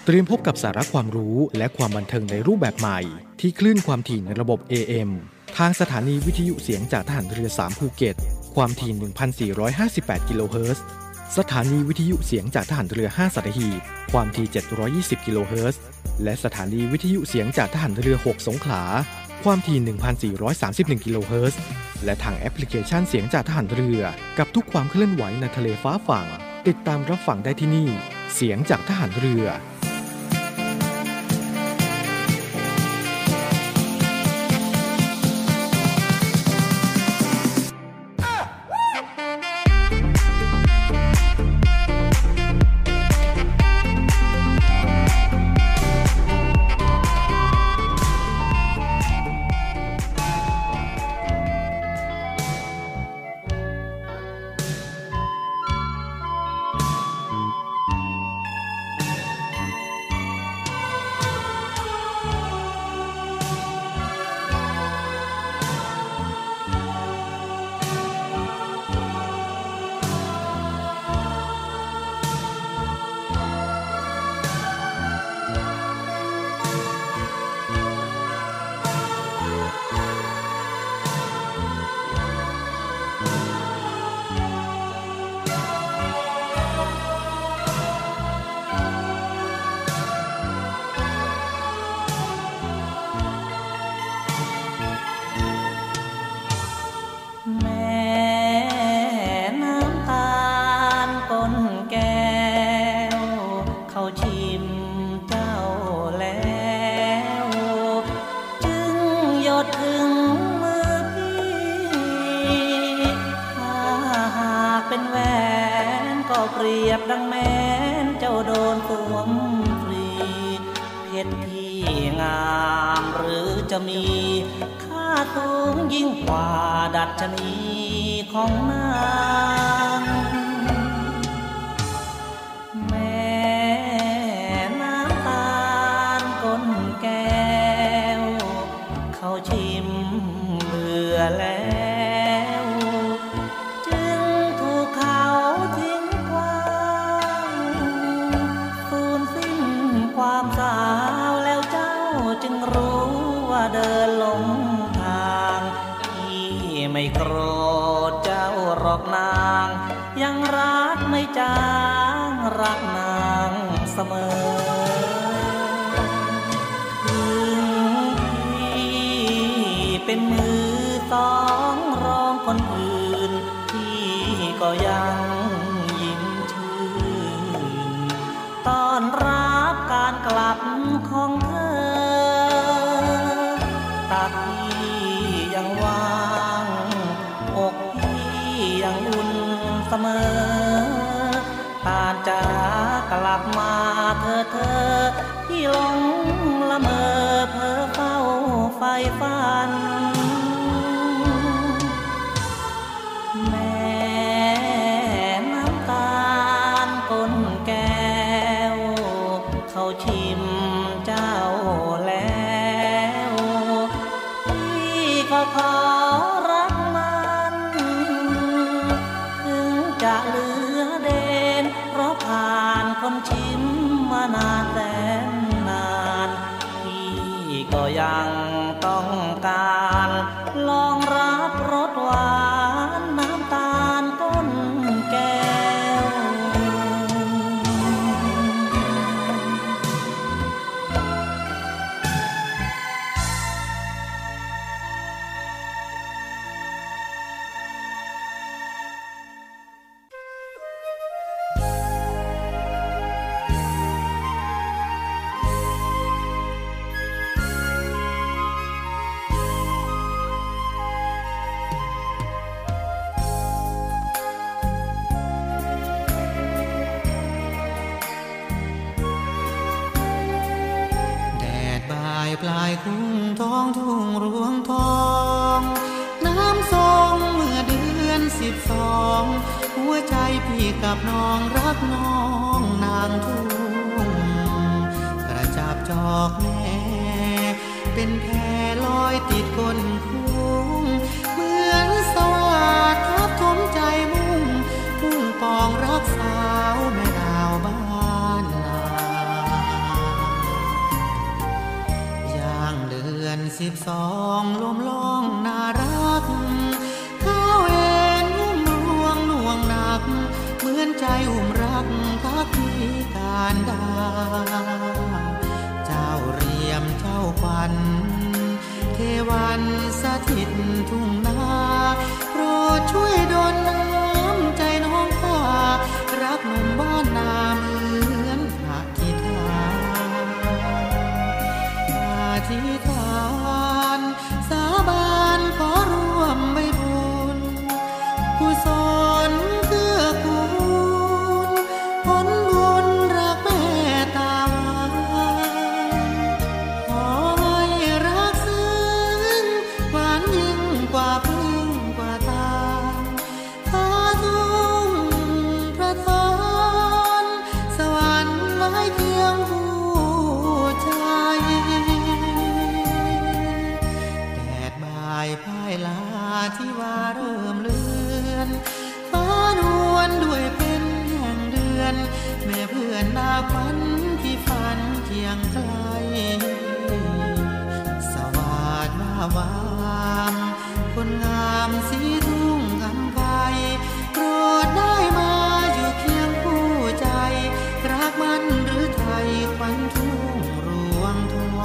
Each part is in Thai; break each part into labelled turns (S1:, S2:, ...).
S1: เตรียมพบกับสาระความรู้และความบันเทิงในรูปแบบใหม่ที่คลื่นความถี่ในระบบ AM ทางสถานีวิทยุเสียงจากทหารเรือ3ภูเก็ตความถี่ 1,458 กิโลเฮิรตซ์สถานีวิทยุเสียงจากทหารเรือ5สัตหีบความถี่720กิโลเฮิรตซ์และสถานีวิทยุเสียงจากทหารเรือ6สงขลาความถี่ 1,431 กิโลเฮิรตซ์และทางแอปพลิเคชันเสียงจากทหารเรือกับทุกความเคลื่อนไหวในทะเลฟ้าฝั่งติดตามรับฟังได้ที่นี่เสียงจากทหารเรือ
S2: เปรียบดังแม้นเจ้าโดนสวมฟรีเพชรที่งามหรือจะมีค่าสูงยิ่งกว่าดัชนีของนางแม่น้ำตาลก้นแก้วเขาชิมเบื่อแล้วจึงถูกเขาทิ้งกว้างสูญสิ้นความสาวแล้วเจ้าจึงรู้ว่าเดินหลงทางที่ไม่โกรธเจ้าหรอกนางยังรักไม่จางรักนางเสมอถึงพี่เป็นมือสองรองคนอื่นที่ก็ยังยิ้มชื่นต้อนรับการกลับของเธอตักพี่ยังว่างอกพี่ยังอุ่นเสมอตาจะกลับมาเธอที่หลงละเมอเพ้อเฝ้าไฟฝันแม่น้ำตาลก้นแก้วเขาชิมเจ้าแล้วพี่ก็ขอรักมันถึงจะเหลือเด่นเพราะผ่านคนชิมมานานแสนนานพี่ก็ยังต้องการลองรับรสหวานน้ำตาลก้นแก้วปลายคุ้งท้องทุ่งรวงทองน้ำทรงเมื่อเดือน12หัวใจพี่กับน้องรักน้องนางทุ่งกระจับจอกแม่เป็นแพลอยติดก้นคุ้งเหมือนสวัสดิ์ทับถมใจมุ่งปองรักสาวแม่ดาวบ้านนา 12ลมลองน่ารักข้าวเองอุ้มลวงหน่วงหนักเหมือนใจอุ้มรักพักมีการดาเจ้าเรียมเจ้าขวัญเทวันสถิตทุ่งนาโปรดช่วยดลน้ำใจน้องข้ารักหนุ่มบ้านนาเหมือนหักกีตาอธิษฐานสาบานขอร่วมใบบุญกุศลเกื้อกูลผลบุญรักแม่ตาขอให้รักซึ้งหวานยิ่งกว่าพึ่งกว่าตาขอทุ่งประทานสวรรค์ไว้เคียงคู่ใจแดดบ่ายพ่ายลาที่ว่าเริ่มเลือนฟ้านวลด้วยเป็นแห่งเดือนแม่เพื่อนนาควันที่ฝันเคียงไกลสวาดมาวามคนงามสีทุ่งกำไพโปรดได้มาอยู่เคียงคู่ใจรักมันหรือไทยควันทุ่งรวงทอง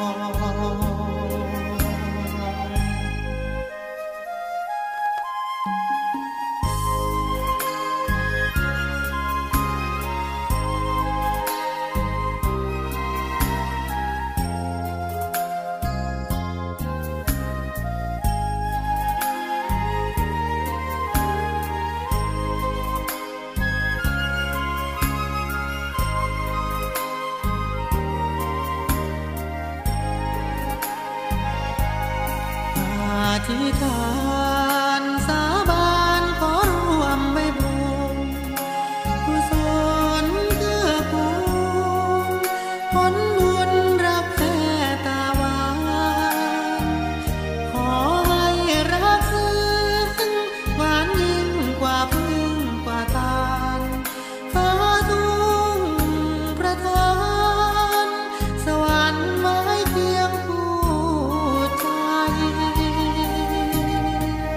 S2: อธิษฐานสาบานขอร่วมใบบุญกุศลเกื้อกูลผลบุญรักแค่ตาหวานขอให้รักซึ้งหวานยิ่งกว่าพึ่งกว่าตาลฟ้าทุ่งประทานสวรรค์ไว้เคียงคู่ใจ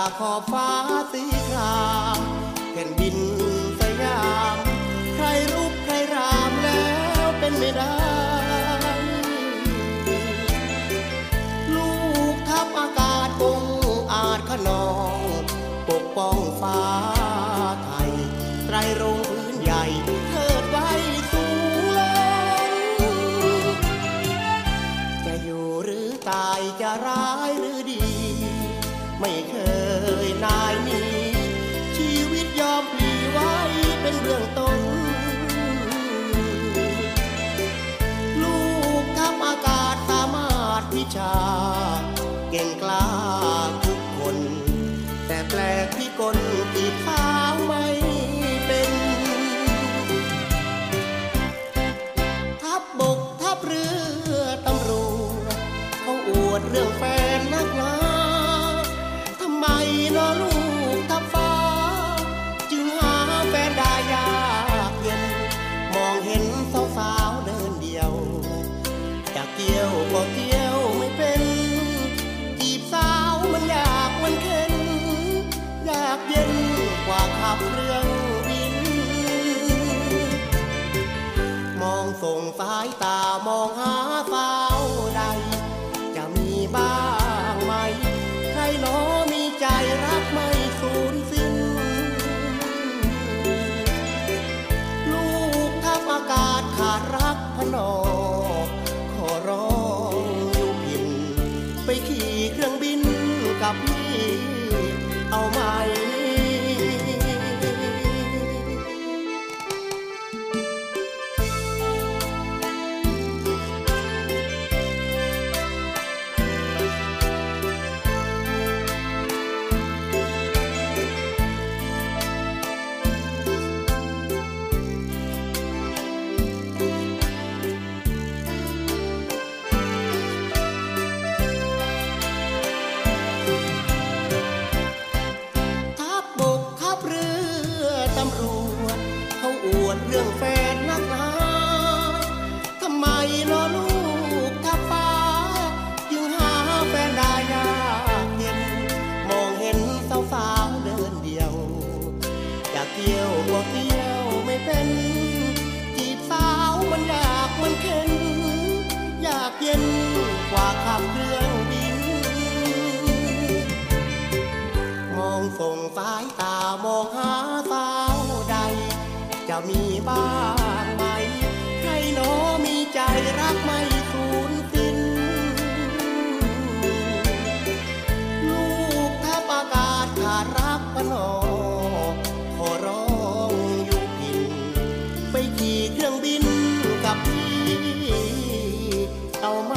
S3: ขอบฟ้าสีครามแผ่นดินสยามใครรุกใครรามแล้วเป็นไม่ได้ลูกทัพอากาศคงอาจขนองปกป้องฟ้าไทยไตรรงค์พื้นใหญ่เทิดไว้สูงล้นจะอยู่หรือตายจะร้ายหรือดีไม่เคยนายหนีชีวิตยอมปลีไว้เป็นเบื้องต้นลูกทัพอากาศสามารถวิชาเก่งกล้าทุกคนแต่แปลกที่กลกีดเท้าไม่เป็นทัพบกทัพเรือตำรวจเขาอวดเรื่องแฟนนักหนาทำไมเนาะลูกทัพฟ้าจึงหาแฟนได้ยากเย็นมองเห็นสาวๆเดินเดียวอยากเกี่ยวก็เกี่ยวไม่เป็นจีบสาวมันยากมันเข็นอยากเย็นกว่าขับเครื่องบินมองส่งสายตามองหาสาวใดจะมีบ้างไหมใครหนอมีใจรักไม่สูญสิ้นลูกทัพอากาศขาดรักพนอขอร้องอยู่พินไปขี่เครื่องบินกับพี่เอาไหมเรื่องแฟนนักหนาทำไมเนาะลูกทัพฟ้าจึงหาแฟนได้ยากเย็นมองเห็นสาวๆเดินเดียวอยากเที่ยวก็เที่ยวไม่เป็นจีบสาวมันยากมันเข็นอยากเย็นกว่าขับเครื่องบินมองส่งสายตามองหาสาวใดจะมีบ้างไหมใครหนอมีใจรักไม่สูญสิ้นลูกทัพอากาศขาดรักพนอขอร้องอยู่พินไปขี่เครื่องบินกับพี่เอาไหม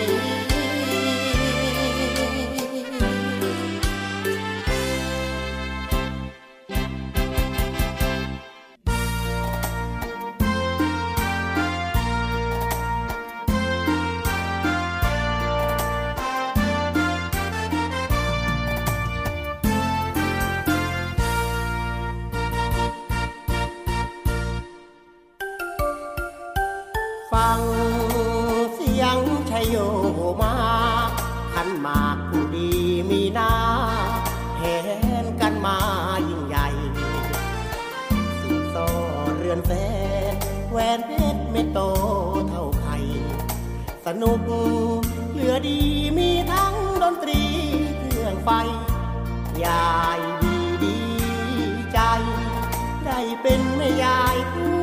S3: ฟังเสียงชัยโยมาขันหมากผู้ดีมีนาแห่กันมายิ่งใหญ่สินสอดเรือนแสนแหวนเพชรไม่โตเท่าใครสนุกเหลือดีมีทั้งดนตรีเครื่องไฟยายดีใจได้เป็นแม่ยาย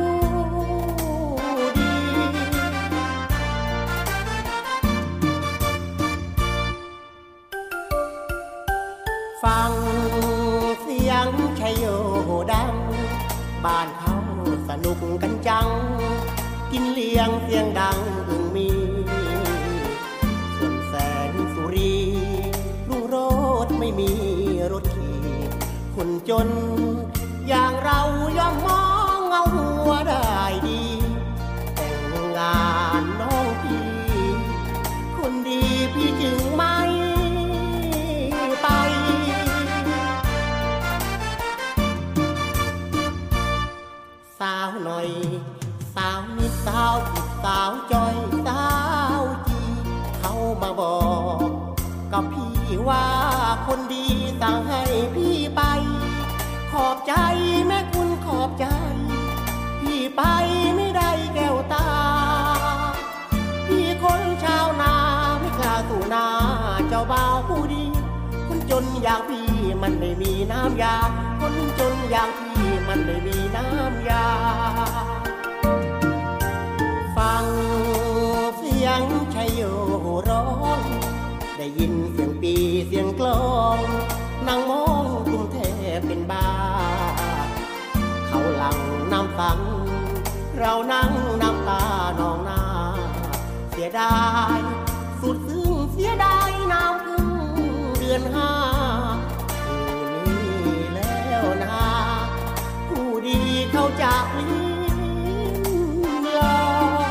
S3: ฟังเสียงชัยโยดังบ้านเขาสนุกกันจังกินเลี้ยงเสียงดังอึงมีส่วนแสนสุรีรุ่งโรจน์ไม่มีรถขี่คนจนอย่างเราย่อมมองเอาหัวได้ดีแต่งงานน้องพี่คนดีพี่จึงไม่ไปสาวหน่อยสาวนิดสาวผิดสาวจอยสาวจีเขามาบอกกับพี่ว่าคนดีสสั่งให้พี่ไปขอบใจแม่คุณขอบใจพี่ไปไม่ได้แก้วตาพี่คนชาวนาไม่กล้าสู่นาเจ้าบ่าวผู้ดีคนจนอย่างพี่มันไม่มีน้ำยาคนจนอย่างพี่มันไม่มีน้ำยาฟังเสียงชัยโยร้องได้ยินเสียงปีเสียงกลองนั่งมองกรุงเทพเป็นบ้าเขาหลังน้ำฟังเรานั่งน้ำตานองหน้าเสียดายสุดซึ้งเสียดายน้ำพึ่งเดือนห้าผู้นี้แล้วนะผู้ดีเขาจะลิ้นลอ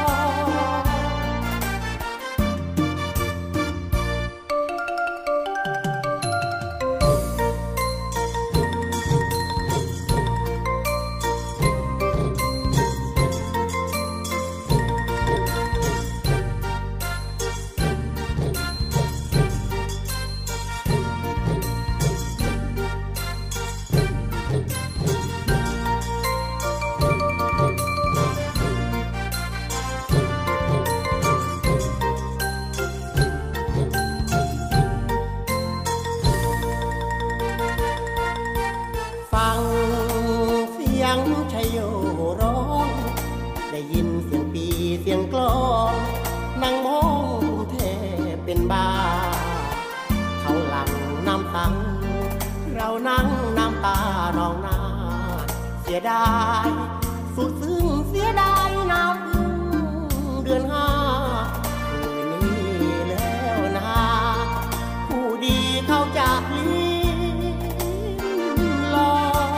S3: ชัยโยร้องได้ยินเสียงปีเสียงกลองนั่งมองกรุงเทพเป็นบ้าเขาหลังน้ำตังเรานั่งน้ำตานองหน้าเสียดายสุดซึ้งเสียดายน้ำพึ่งเดือนห้าคืนนี้แล้วนะผู้ดีเขาจะลิ้นลอ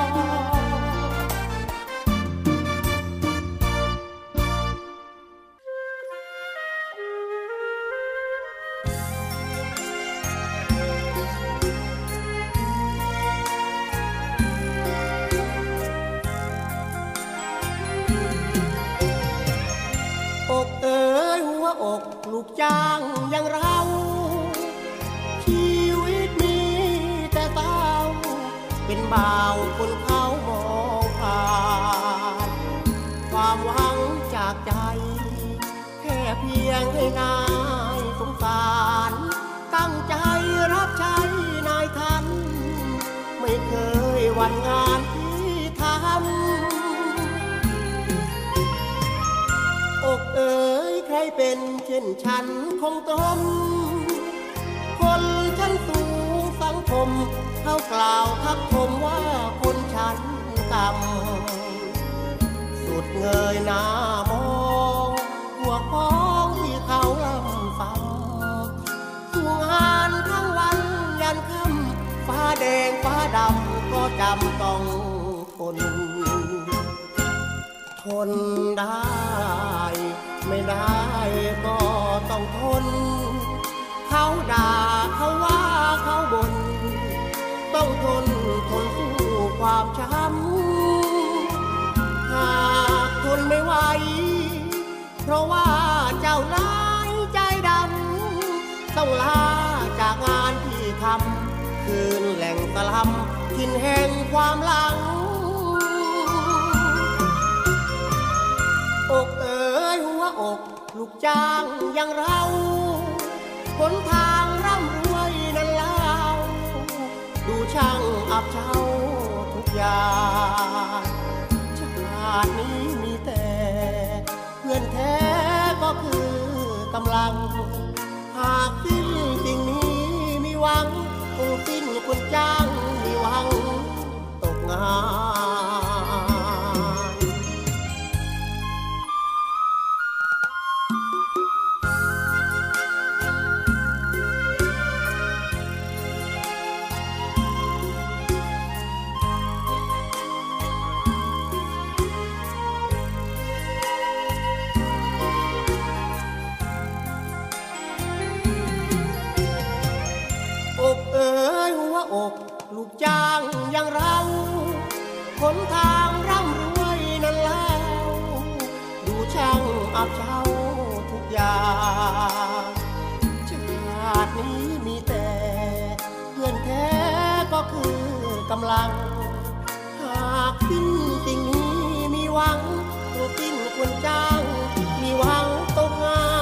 S3: อกเอ๋ยหัวอกลูกจ้างอย่างเราชีวิตมีแต่เศร้าเป็นบ่าวคนเขามองผ่านความหวังจากใจแค่เพียงให้นายสงสารตั้งใจรับใช้นายทันไม่เคยหวั่นงานที่ทำอกเอ๋ยใครเป็นเช่นฉันคงตรมคนชั้นสูงสังคมเขากล่าวทักทมว่าคนชั้นต่ำสุดเงยหน้ามองพวกพ้องที่เขาลำฟังสู่งานทั้งวันยันค่ำฟ้าแดงฟ้าดำก็จำต้องทนได้ไม่ได้ก็ต้องทนเขาด่าเขาว่าเขาบ่นต้องทนสู้ความช้ำหากทนไม่ไหวเพราะว่าเจ้าร้ายใจดำต้องลาจากงานที่ทำคืนแหล่งสลัมถิ่นแห่งความหลังอกเอ๋ยหัวอกลูกจ้างอย่างเราหนทางร่ำรวยนั้นเล่าดูช่างอับเฉาทุกอย่างชาตินี้มีแต่เพื่อนแท้ก็คือกำลังหากสิ้นสิ่งนี้มีหวังคงสิ้นคนจ้างมีหวังตกงานอกเอ๋ยหัวอกลูกจ้างอย่างเราหนทางร่ำรวยนั้นแล้วดูช่างอับเฉาทุกอย่างชาตินี้มีแต่เพื่อนแท้ก็ก็คือกำลังหากสิ้นสิ่งนี้มีหวังตัวสิ้นควรจ้างมีหวังตกงาน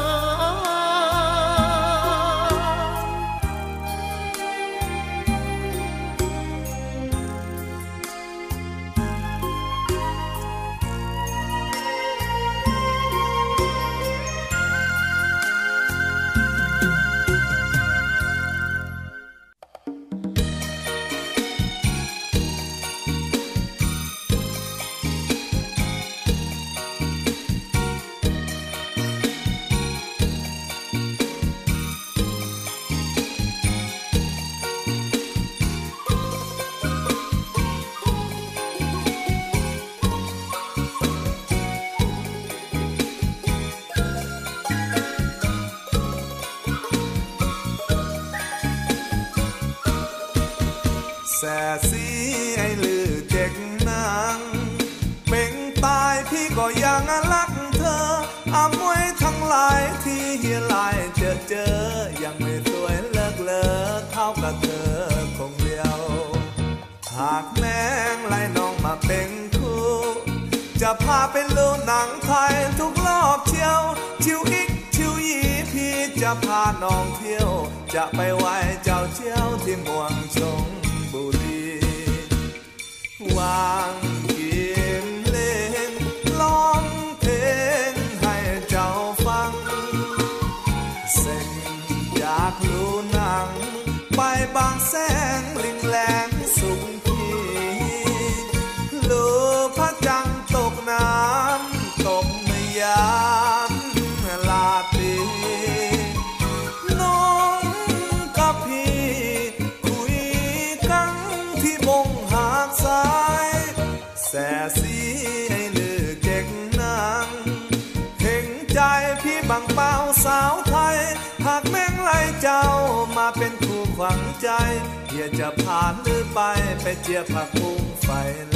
S4: แส่สีไอ้ลือเด็กนางเป็นตายพี่ก็ยังรักเธออำไว้ทั้งหลายที่เฮียลายเจอยังไม่สวยเลิกเลอเท่ากับเธอคงเดียวหากแม่งไล่น้องมาเป็นคู่จะพาไปดูหนังไทยทุกรอบเที่ยวชิวอิกชิวยีพี่จะพาน้องเที่ยวจะไปไหว้เจ้าเชี่ยวที่เมืองชงบุรีวางกิมเล่นร้องเพลงให้เจ้าฟังเส้นจากลูหนังไปบางแสงลิงแหลงสุขพีลูพระจังตกน้ำตกในยามลาตรีน้องกับพี่คุยกันที่บงหากสายแส่สีให้ลือเก่งนางเห็นใจพี่บังเป้าสาวไทยหากแม่งไล่เจ้ามาเป็นคู่ขวัญใจเฮียจะผ่านหรือไปเจียผักบุ้งไฟแล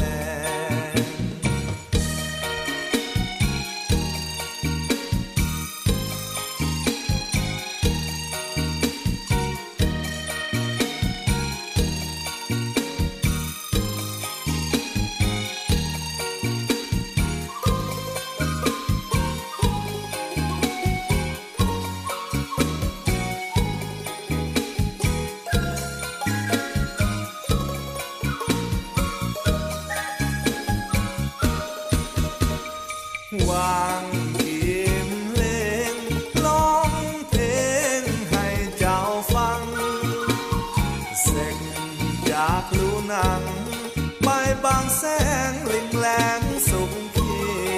S4: วางกิมเล่นร้องเพลงให้เจ้าฟังเส้นจากลูหนังไปบางแสงลิงแหลงสุขขี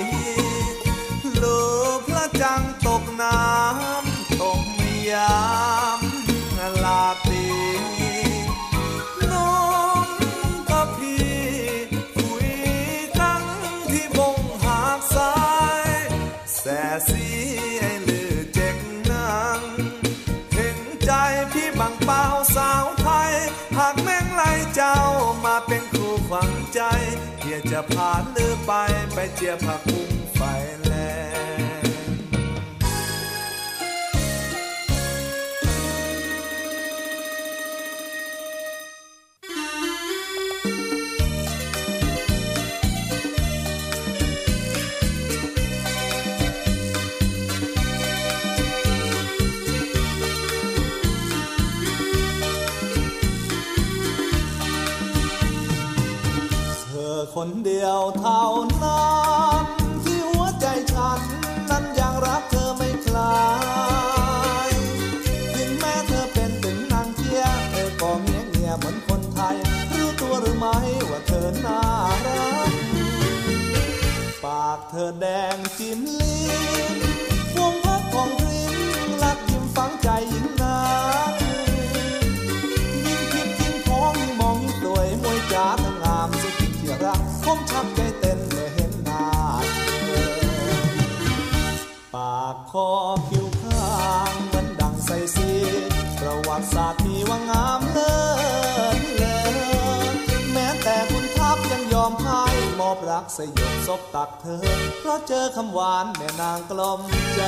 S4: ลูพระจังตกน้ำตกไม่ยามลาตรีน้องกับพี่คุยกันที่บงหากสายแส่สีไอ้ลือเจ็กนางเห็นใจพี่บังเป้าสาวไทยหากแม่งไล่เจ้ามาเป็นคู่ขวัญใจเฮียจะผ่านหรือไปเจียผักบุ้งไฟแลคนเดียวเท่านั้นที่หัวใจฉันนั้นยังรักเธอไม่คลายถึงแม้เธอเป็นถึงนางเที่ยเธอก็เงียบเหมือนคนไทยรู้ตัวหรือไม่ว่าเธอน่ารักปากเธอแดงจิ้มลิ้นพวงพักของพริ้งรักยิ้มฝังใจยิ่งนักยิ่งคิดยิ่งท้องยิ่งมองยิ่งสวยมวยจ๋าทั้งงามสิรักคงชักใจเต้นเมื่อเห็นหน้าเธอปากคอคิ้วข้างเหมือนดังใสสีประวัติศาสตร์มีว่างามเลิศเลอแม้แต่คุณทัพยังยอมพ่ายมอบรักสยบซบตักเธอเพราะเจอคำหวานแม่นางกล่อมใจ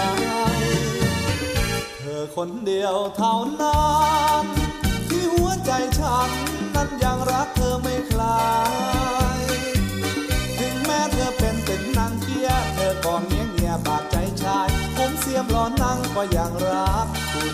S4: เธอคนเดียวเท่านั้นที่หัวใจฉันนั้นยังรักเธอไม่คลายถึงแม้เธอเป็นตึงนางเกียเธอก็เงียบบาดใจชายผมเสียมล้อนั่งก็ยังรักคุณ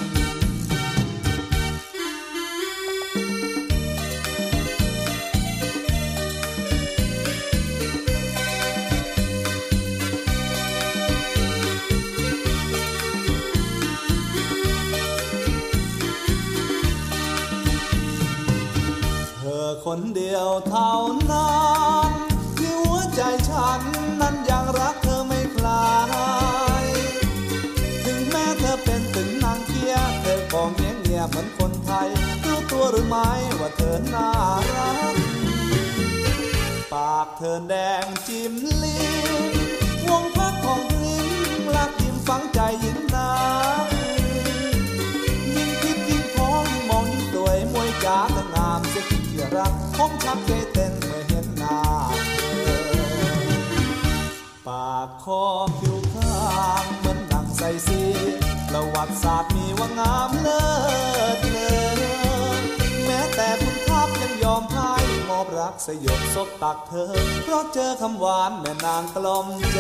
S4: คนเดียวเท่านั้นที่หัวใจฉันนั้นยังรักเธอไม่คลายถึงแม้เธอเป็นตึงนางเกียเธอก็เงียบเหมือนคนไทยรู้ตัวหรือไม่ว่าเธอน่ารักปากเธอแดงจิ้มลิ้มวงพักของลิ้มรักยิ้มฝังใจยิ่งนักยิ่งคิดยิ่งพองยิ่งมองยิ่งสวยมวยจ๋าก็งามเสียรักผมชักใจเต้นเมื่อเห็นหน้าเธอปากคอผิวข้างเหมือนดังใสสีประวัติศาสตร์มีว่างามเลิศเลอแม้แต่คุณทัพยังยอมพ่ายมอบรักสยบซบตักเธอเพราะเจอคำหวานแม่นางกล่อมใจ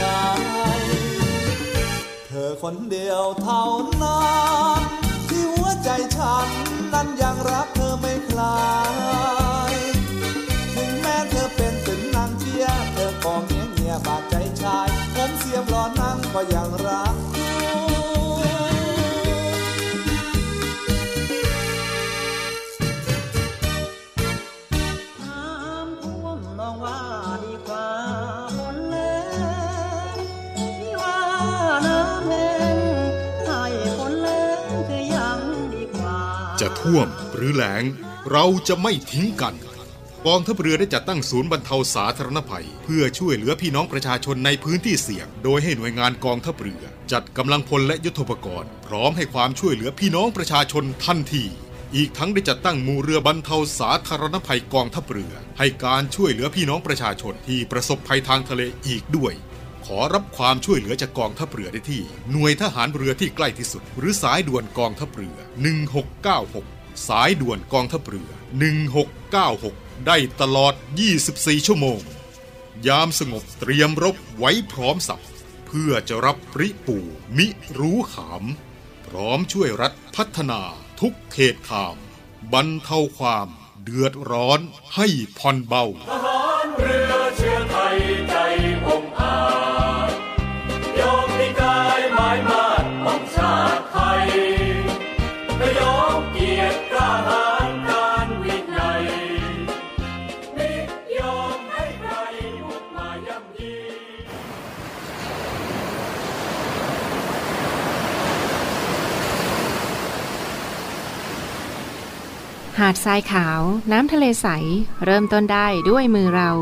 S4: เธอคนเดียวเท่านั้นที่หัวใจฉันนั้นยังรักเธอไม่คลายถึงแม้เธอเป็นตึงนางเชียเธอก็เงียบบาดใจชายผมเสียมล้อนั่งก็ยังรัก
S5: จะท่วมหรือแล้งเราจะไม่ทิ้งกันกองทัพเรือได้จัดตั้งศูนย์บรรเทาสาธารณภัยเพื่อช่วยเหลือพี่น้องประชาชนในพื้นที่เสี่ยงโดยให้หน่วยงานกองทัพเรือจัดกำลังพลและยุทโธปกรณ์พร้อมให้ความช่วยเหลือพี่น้องประชาชนทันทีอีกทั้งได้จัดตั้งหมู่เรือบรรเทาสาธารณภัยกองทัพเรือให้การช่วยเหลือพี่น้องประชาชนที่ประสบภัยทางทะเลอีกด้วยขอรับความช่วยเหลือจากกองทัพเรือได้ที่หน่วยทหารเรือที่ใกล้ที่สุดหรือสายด่วนกองทัพเรือ1696สายด่วนกองทัพเรือ1696ได้ตลอด24ชั่วโมงยามสงบเตรียมรบไว้พร้อมสับเพื่อจะรับปริปู่มิรู้ขามพร้อมช่วยรัฐพัฒนาทุกเขตขามบรรเทาความเดือดร้อนให้ผ่อนเบา
S6: ทหารเรือเชื้อไทยใจองอาจยอมนิกายหมายมาดของชาติไทยและยอมเกียรติกล้าหาญการวินัยไม่ยอมให้ใครบุกมาย่ำยี
S7: หาดทรายขาวน้ำทะเลใสเริ่มต้นได้ด้วยมือเรา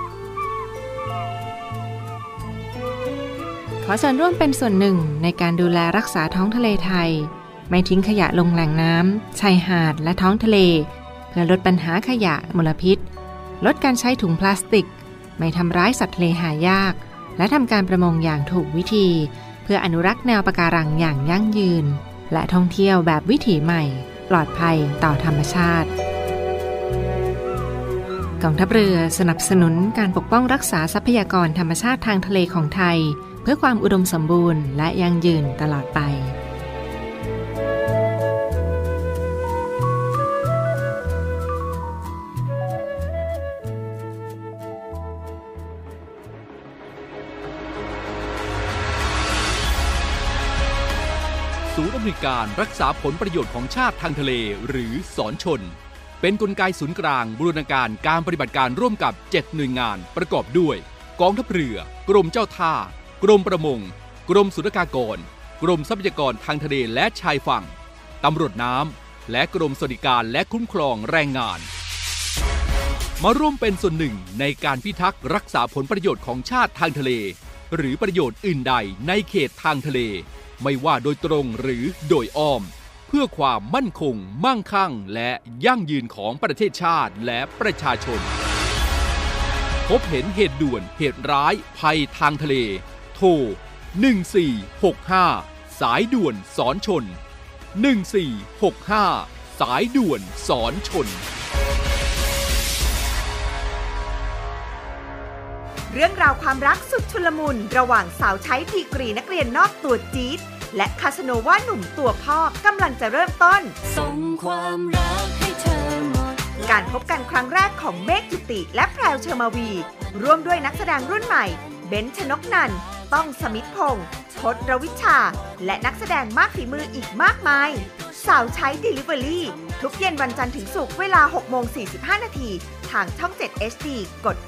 S7: ขอส่วนร่วมเป็นส่วนหนึ่งในการดูแลรักษาท้องทะเลไทยไม่ทิ้งขยะลงแหล่งน้ำชายหาดและท้องทะเลเพื่อลดปัญหาขยะมลพิษลดการใช้ถุงพลาสติกไม่ทำร้ายสัตว์ทะเลหายากและทำการประมงอย่างถูกวิธีเพื่ออนุรักษ์แนวปะการังอย่างยั่งยืนและท่องเที่ยวแบบวิถีใหม่ปลอดภัยต่อธรรมชาติกองทัพเรือสนับสนุนการปกป้องรักษาทรัพยากรธรรมชาติทางทะเลของไทยเพื่อความอุดมสมบูรณ์และยั่งยืนตลอดไป
S8: ศูนย์อำนวยการรักษาผลประโยชน์ของชาติทางทะเลหรือศรชนเป็นกลไกศูนย์กลางบูรณาการการปฏิบัติการร่วมกับ7หน่วยงานประกอบด้วยกองทัพเรือกรมเจ้าท่ากรมประมงกรมศุลกากรกรมทรัพยากรทางทะเลและชายฝั่งตำรวจน้ำและกรมสวัสดิการและคุ้มครองแรงงานมาร่วมเป็นส่วนหนึ่งในการพิทักษ์รักษาผลประโยชน์ของชาติทางทะเลหรือประโยชน์อื่นใดในเขตทางทะเลไม่ว่าโดยตรงหรือโดยอ้อมเพื่อความมั่นคงมั่งคั่งและยั่งยืนของประเทศชาติและประชาชนพบเห็นเหตุด่วนเหตุร้ายภัยทางทะเลโทร1465สายด่วนสอนชน1465สายด่วนสอนชน
S9: เรื่องราวความรักสุดชุลมุนระหว่างสาวใช้ดีกรีนักเรียนนอกตัวจี๊ดและคาสโนว่าหนุ่มตัวพ่อกำลังจะเริ่มต้นส่งความรักให้เธอหมดการพบกันครั้งแรกของเมฆจุติและแพรวเชอร์มาวีร่วมด้วยนักแสดงรุ่นใหม่เบนซ์ ชนกนันท์ต้องสมิทธพงษ์พจน์ รวิชาและนักแสดงมากฝีมืออีกมากมายสาวใช้ Delivery ทุกเย็นวันจันทร์ถึงศุกร์เวลา 6:45 น.ทางช่อง 7 HD กด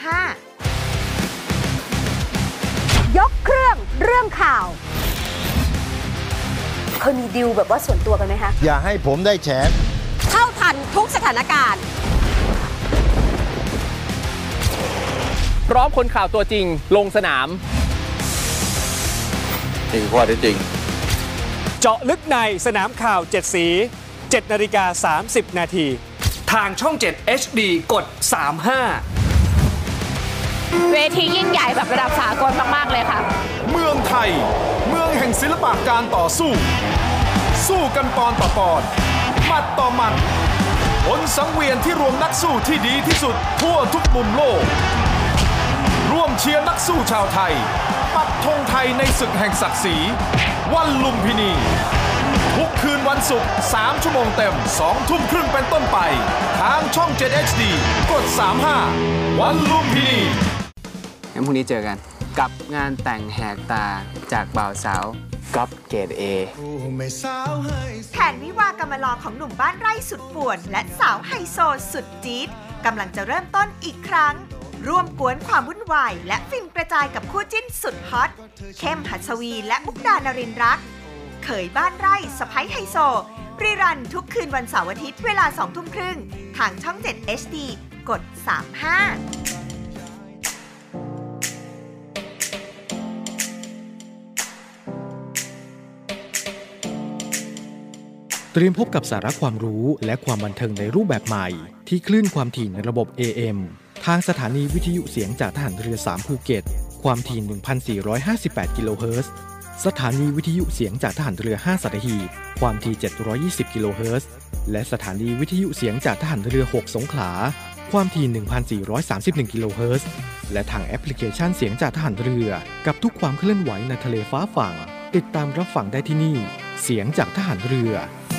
S9: 35
S10: ยกเครื่องข่าวเคยมีดิวแบบว่าส่วนตัวกันไหมคะ
S11: อย่าให้ผมได้แฉ
S10: เท่าทันทุกสถานการณ์
S12: พร้อมคนข่าวตัวจริงลงสนาม
S11: นี่ข้อเท็จจริง
S13: เจาะลึกในสนามข่าว7 สี 7:30 น.ทางช่อง 7 HD กด 35
S10: เวทียิ่งใหญ่แบบระดับสากลมากๆเลยค่ะ
S4: เมืองไทยเมืองแห่งศิลปะการต่อสู้สู้กันปอนต่อปอนหมัดต่อหมัดผลสังเวียนที่รวมนักสู้ที่ดีที่สุดทั่วทุกมุมโลกร่วมเชียร์นักสู้ชาวไทยปักธงไทยในศึกแห่งศักดิ์ศรีวันลุมพินีทุกคืนวันศุกร์3 ชั่วโมงเต็ม 20:30 เป็นต้นไปทางช่อง 7 HD กด 35วันลุมพินี
S12: งั้นพรุ่งนี้เจอกันกับงานแต่งแหกตาจากบ่าวสาวก๊อฟเกรด A
S9: แผนวิวาห์กำมะลอของหนุ่มบ้านไร่สุดป่วนและสาวไฮโซสุดจี๊ดกำลังจะเริ่มต้นอีกครั้งร่วมกวนความวุ่นวายและฟินกระจายกับคู่จิ้นสุดฮอตเข้มหัสวีและมุกดานรินทร์รักเขยบ้านไร่สะใภ้ไฮโซรีรันทุกคืนวันเสาร์อาทิตย์เวลา 20:30 ทางช่อง 7 HD กด 35
S1: เตรียมพบกับสาระความรู้และความบันเทิงในรูปแบบใหม่ที่คลื่นความถี่ในระบบ AM ทางสถานีวิทยุเสียงจากทหารเรือ3ภูเก็ตความถี่ 1,458 กิโลเฮิรตซ์สถานีวิทยุเสียงจากทหารเรือ5สัตหีบความถี่720กิโลเฮิรตซ์และสถานีวิทยุเสียงจากทหารเรือ6สงขลาความถี่ 1,431 กิโลเฮิรตซ์และทางแอปพลิเคชันเสียงจากทหารเรือกับทุกความเคลื่อนไหวในทะเลฟ้าฝั่งติดตามรับฟังได้ที่นี่เสียงจากทหารเรือ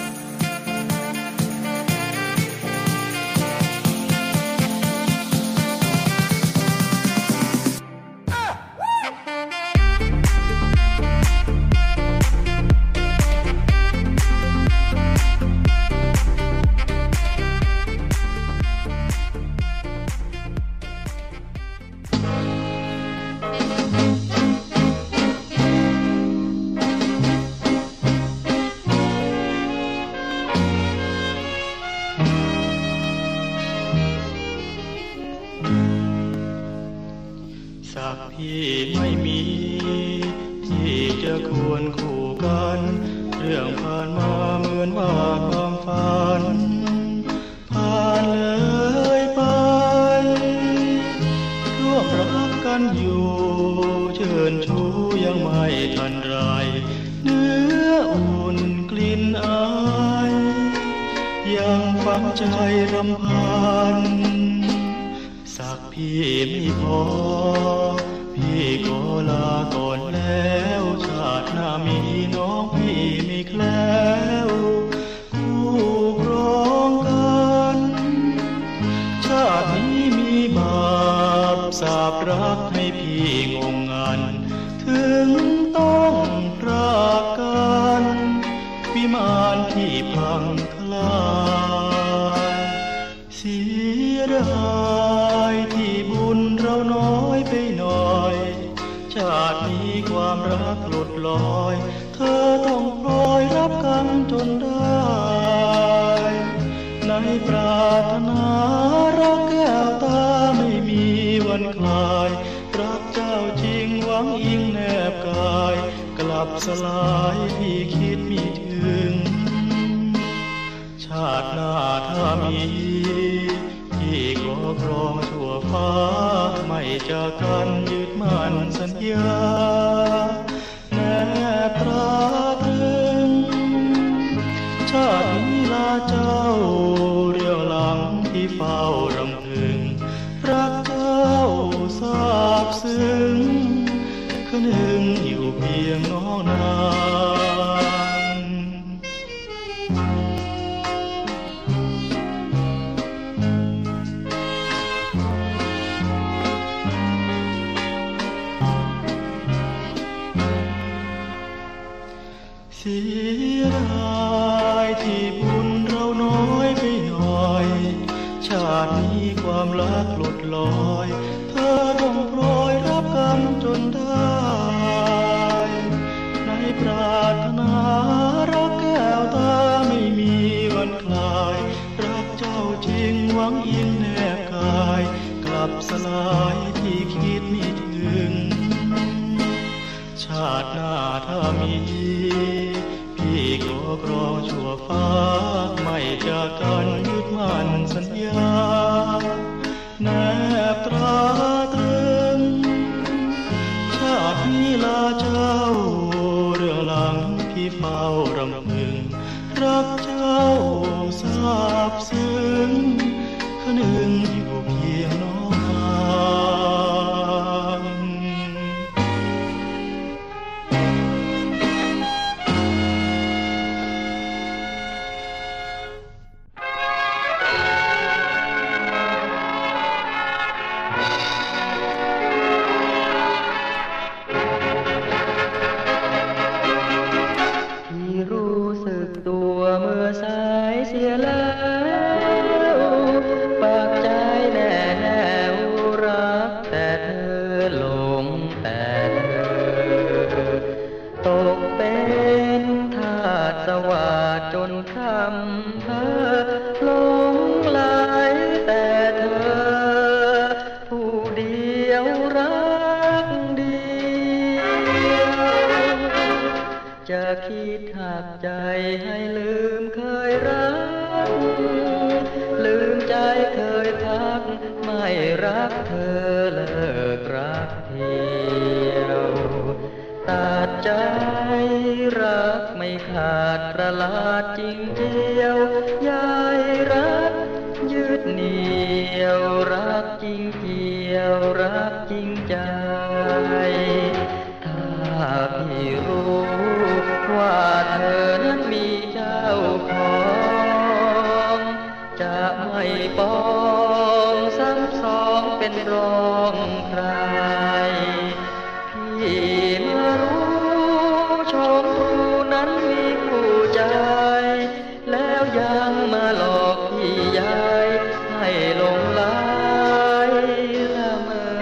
S14: สลายที่คิดมีถึงชาติหน้าถ้ามีที่ก็ครองชั่วฟ้าไม่จากกันยึดมั่นสัญญาแนบตราตรึงชาตินี้ลาเจ้าเรียวหลังที่เฝ้ารำพึงรักเจ้าสานึงอยู่เพียงน้องนางเสียดายที่บุญเราน้อยไปหน่อยชาตินี้ความรักหลุดลอยเธอต้องโปรยรับกรรมจนได้ในปรารถนารักแก้วตาไม่มีวันคลายรักเจ้าจริงหวังอิงแนบกายกลับสลายที่คิดไม่ถึงชาติหน้าถ้ามีพี่ขอกรองชั่วฟ้าไม่จากกันยึดมั่นสัญญาแนบตราตรึงชาตินี้ลาเจ้าเรื่องหลังพี่เฝ้ารำพึงรักเจ้าซาบซึ้งคนึงอยู่เพียงน้องนางเมื่อสายเสียแล้วปากใจแน่แน่รักแต่เธอหลงแต่เธอตกเป็นทาสสวาดจนคำเพ้อหลงไหลแต่เธอผู้เดียวรักเดียวจะคิดหักใจให้ลืมเคยรักลืมใจเคยพักไม่รักเธอเลิกรักเที่ยวตัดใจรักไม่ขาดประหลาดจริงเดียวยายรักยืดเหนี่ยวรักจริงเกี่ยวรักจริงใจถ้าพี่รู้ว่าเธอนั้นมีเจ้าของจะไม่ปองซ้ำสองเป็นรองใครพี่มารู้ชมรู้นั้นมีคู่ใจแล้วยังมาหลอกพี่ยายให้หลงไหลละเมอ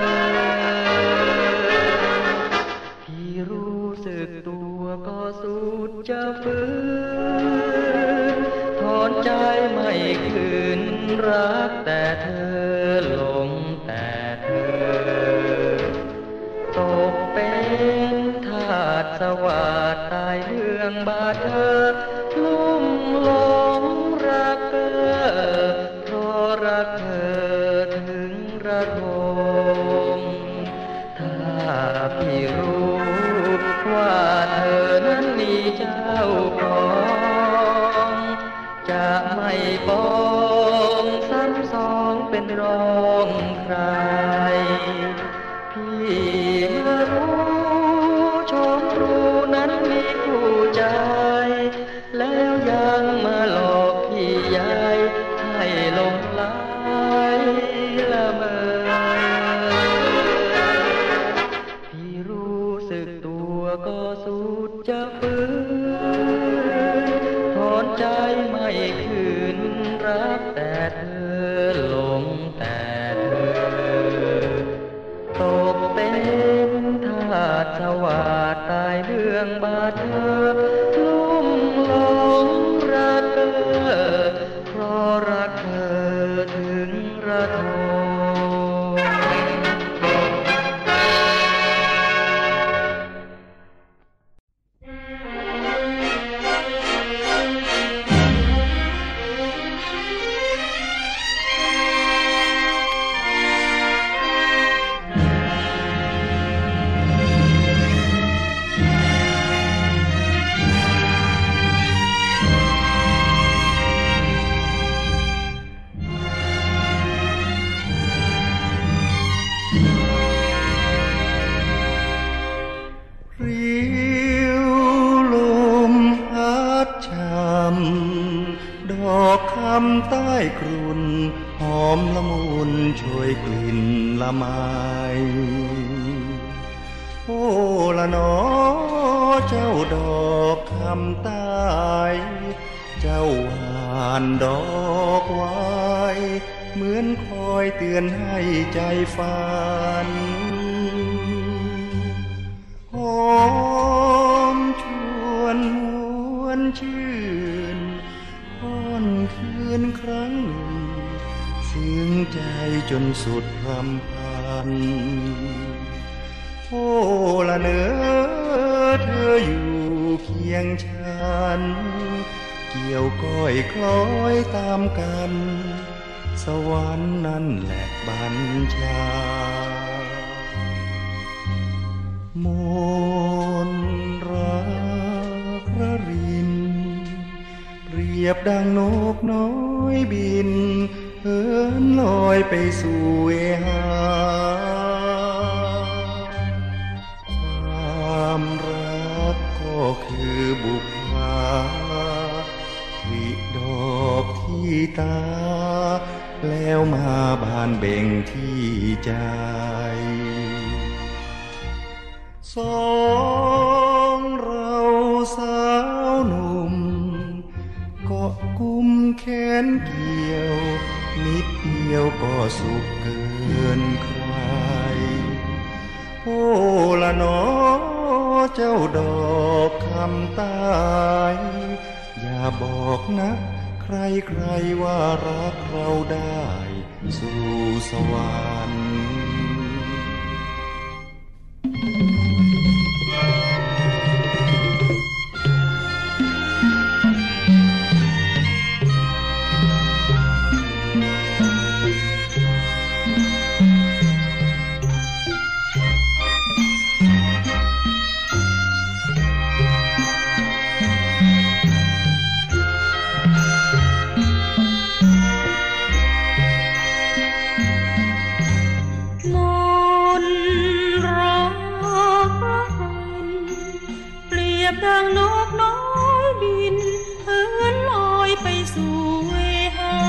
S14: พี่รู้สึกตัวก็สุดจะฝืนถอนใจไม่คืนรักแต่เธอหลงแต่เธอตกเป็นทาสสวาดตายเรื่องบาดเธอลุ่มหลงรักเธอเพราะรักเธอถึงระทมถ้าพี่รู้ว่าเธอนั้นมีเจ้าของจะไม่ปองซ้ำสองเป็นรองใครพี่มารู้ชมรู้นั้นมีคู่ใจแล้วยังมาหลอกพี่ยายให้หลงไหลละเมอพี่รู้สึกตัวก็สุดจะฝืนถอนใจไม่คืนรักแต่เธอหลงแต่เธอตกเป็นทาสสวาดตายเรื่องบาดเธอลุ่มหลงรักเธอเพราะรักเธอถึงระทมครุนหอมละมุนช่วยกลิ่นละไม้โอ้ละนอเจ้าดอกคำใต้เจ้าหวานดอกไว้เหมือนคอยเตือนให้ใจฝันหอมชวนหวนชื่นค่อนคืนครั้งหนึ่งซึ้งใจจนสุดรำพันโอ้ละเนอเธออยู่เคียงฉันเกี่ยวก้อยคล้อยตามกันสวรรค์นั่นแหละบัญชามนรักระรินเปรียบดังนกน้อยบินเหินลอยไปสู่เวหาความรักก็คือบุพภาวิดอกที่ตาแล้วมาบานเบ่งที่ใจสองเราสาวหนุ่มเกาะกุมแขนเกี่ยวนิดเดียวก็สุขเกินใครโอ้ละนอเจ้าดอกคำใต้อย่าบอกนะใครว่ารักเราได้สู่สวรรค์
S15: ดังนกน้อยบินเหินลอยไปสู่เวหา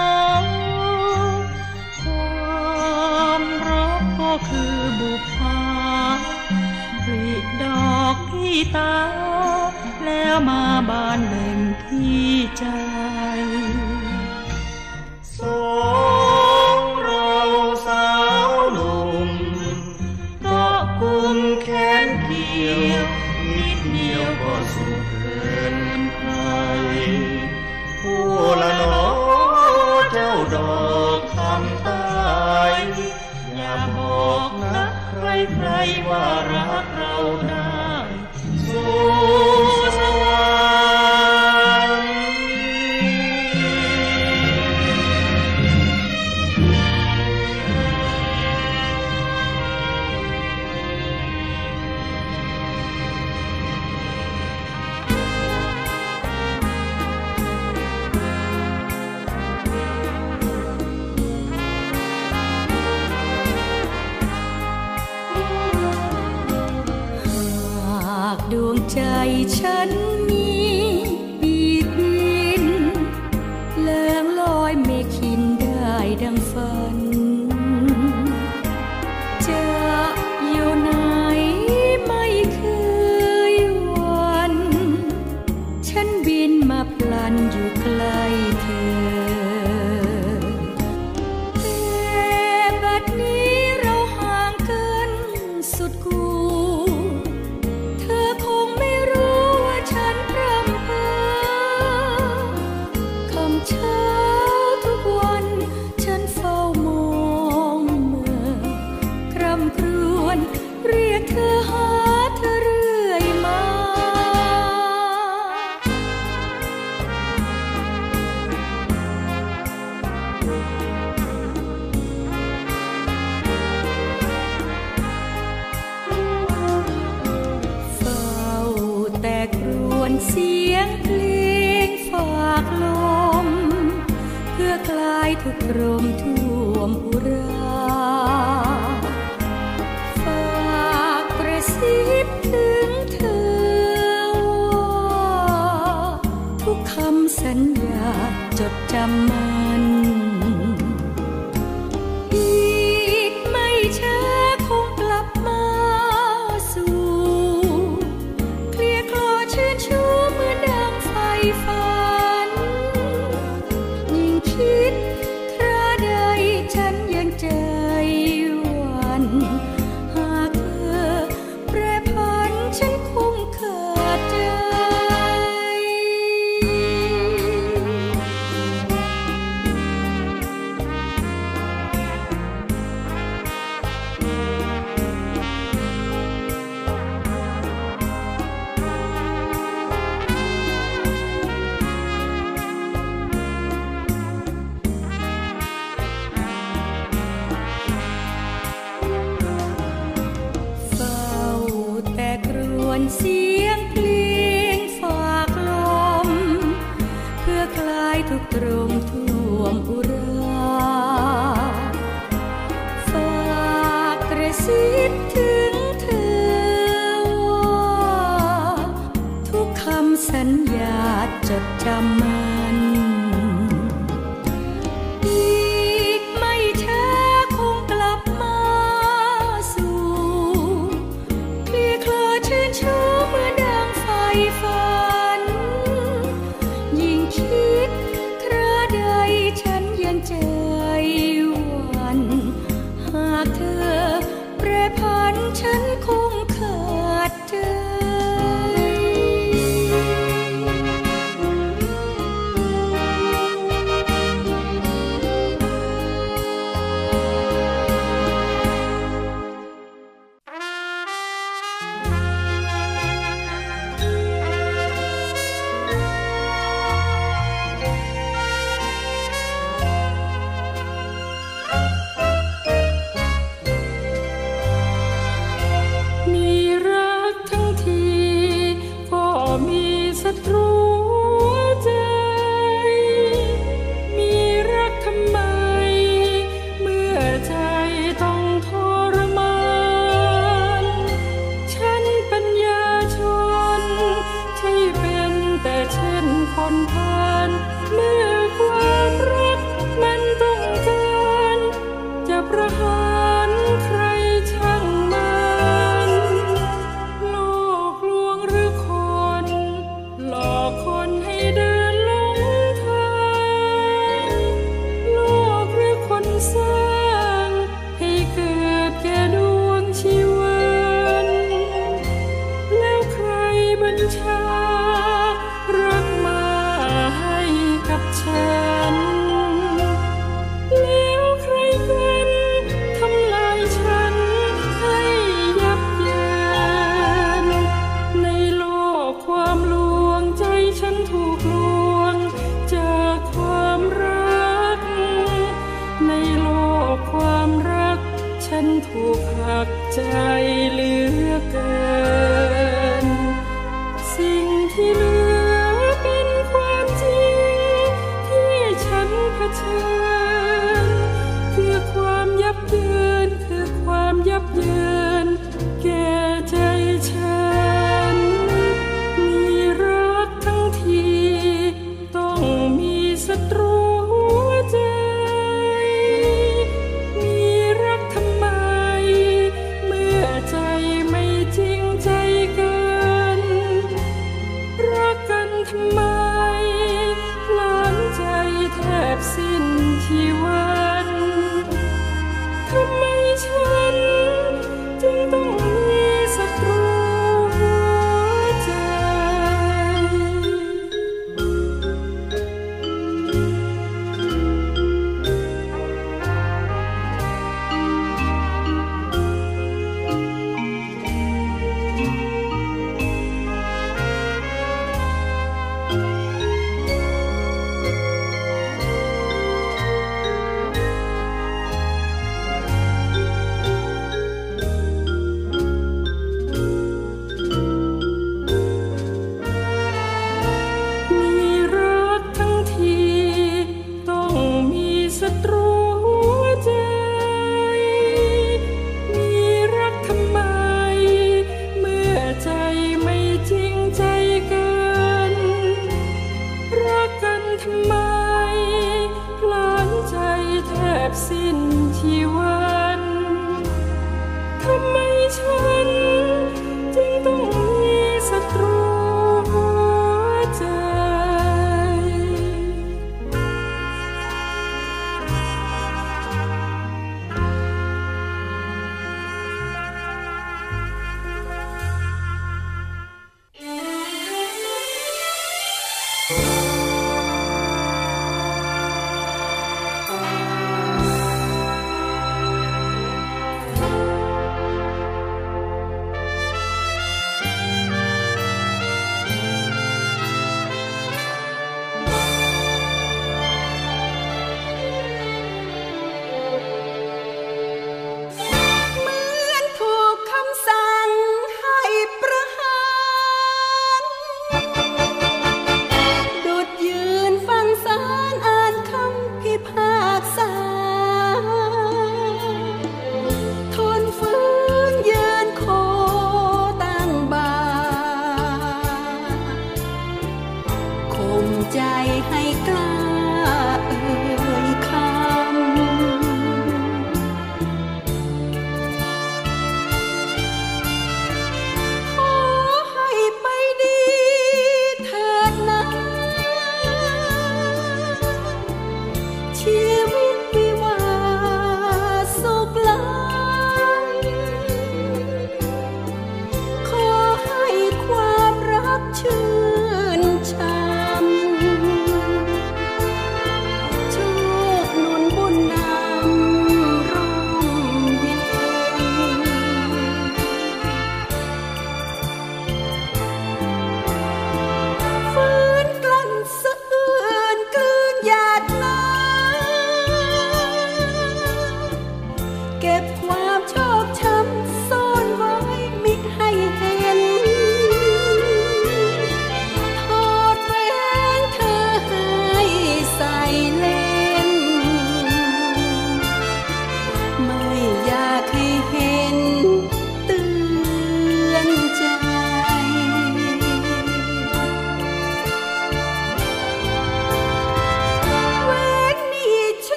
S15: ความรักก็คือบุพภาผลิดอกที่ตาแล้วมาบานเบ่งที่ใจ
S14: สองเราสาวหนุ่มเกาะกุมแขนเกี่ยวก็สุขเกินใครโอ้ละนอเจ้าดอกคำใต้อย่าบอกนะใครว่ารักเราได้สู่สวรรค์
S15: ดวงใจฉันมีปีกบินเลื่องลอยเมฆินได้ดังฝันจะอยู่ไหนไม่เคยหวั่นฉันบินมาพลันอยู่ใกล้เธอแต่บัดนี้เราห่างกันสุดกูเช้าทุกวันฉันเฝ้ามองเมื่อกรำครวญเรียกเธอหาเธอเรื่อยมาเฝ้าแต่ครวญเสียงเพลงฝากลมเพื่อคลายทุกลมท่วมอุราฝากกระซิบถึงเธอว่าทุกคำำสัญญาจดจำมันอีกไม่ช้าคงกลับมาสู่เคลียร์คลอชื่นชูเหมือนดังไฟฝันยิ่งคิดคราใดฉันยังใจหวั่นหากเธอแปรผันฉันคงขาดใจเสียงเพลงฝากลมเพื่อคลายทุกตรมท่วมอุราฝากกระซิบถึงเธอว่าทุกคำสัญญาจดจำมันอีกไม่ช้าคงกลับมาสู่เคลียร์คลอชื่นชูเหมือนดังไฟฝันยิ่งคิดคราใดฉันยังใจหวั่นหากเธอแปรผันฉันคงขาดใจ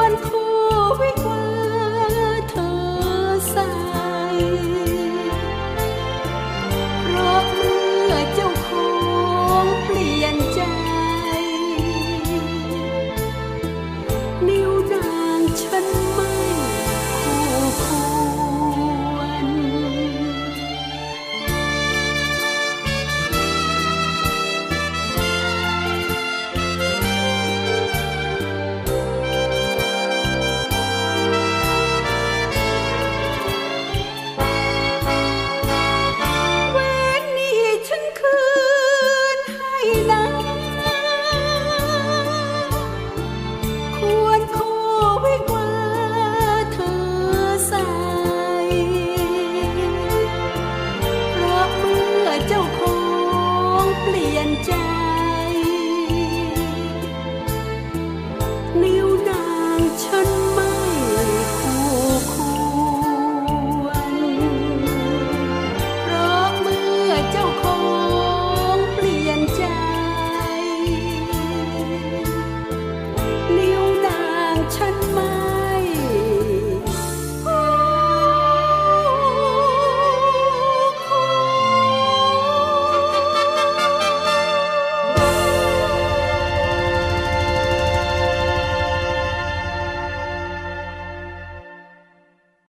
S15: อนคอ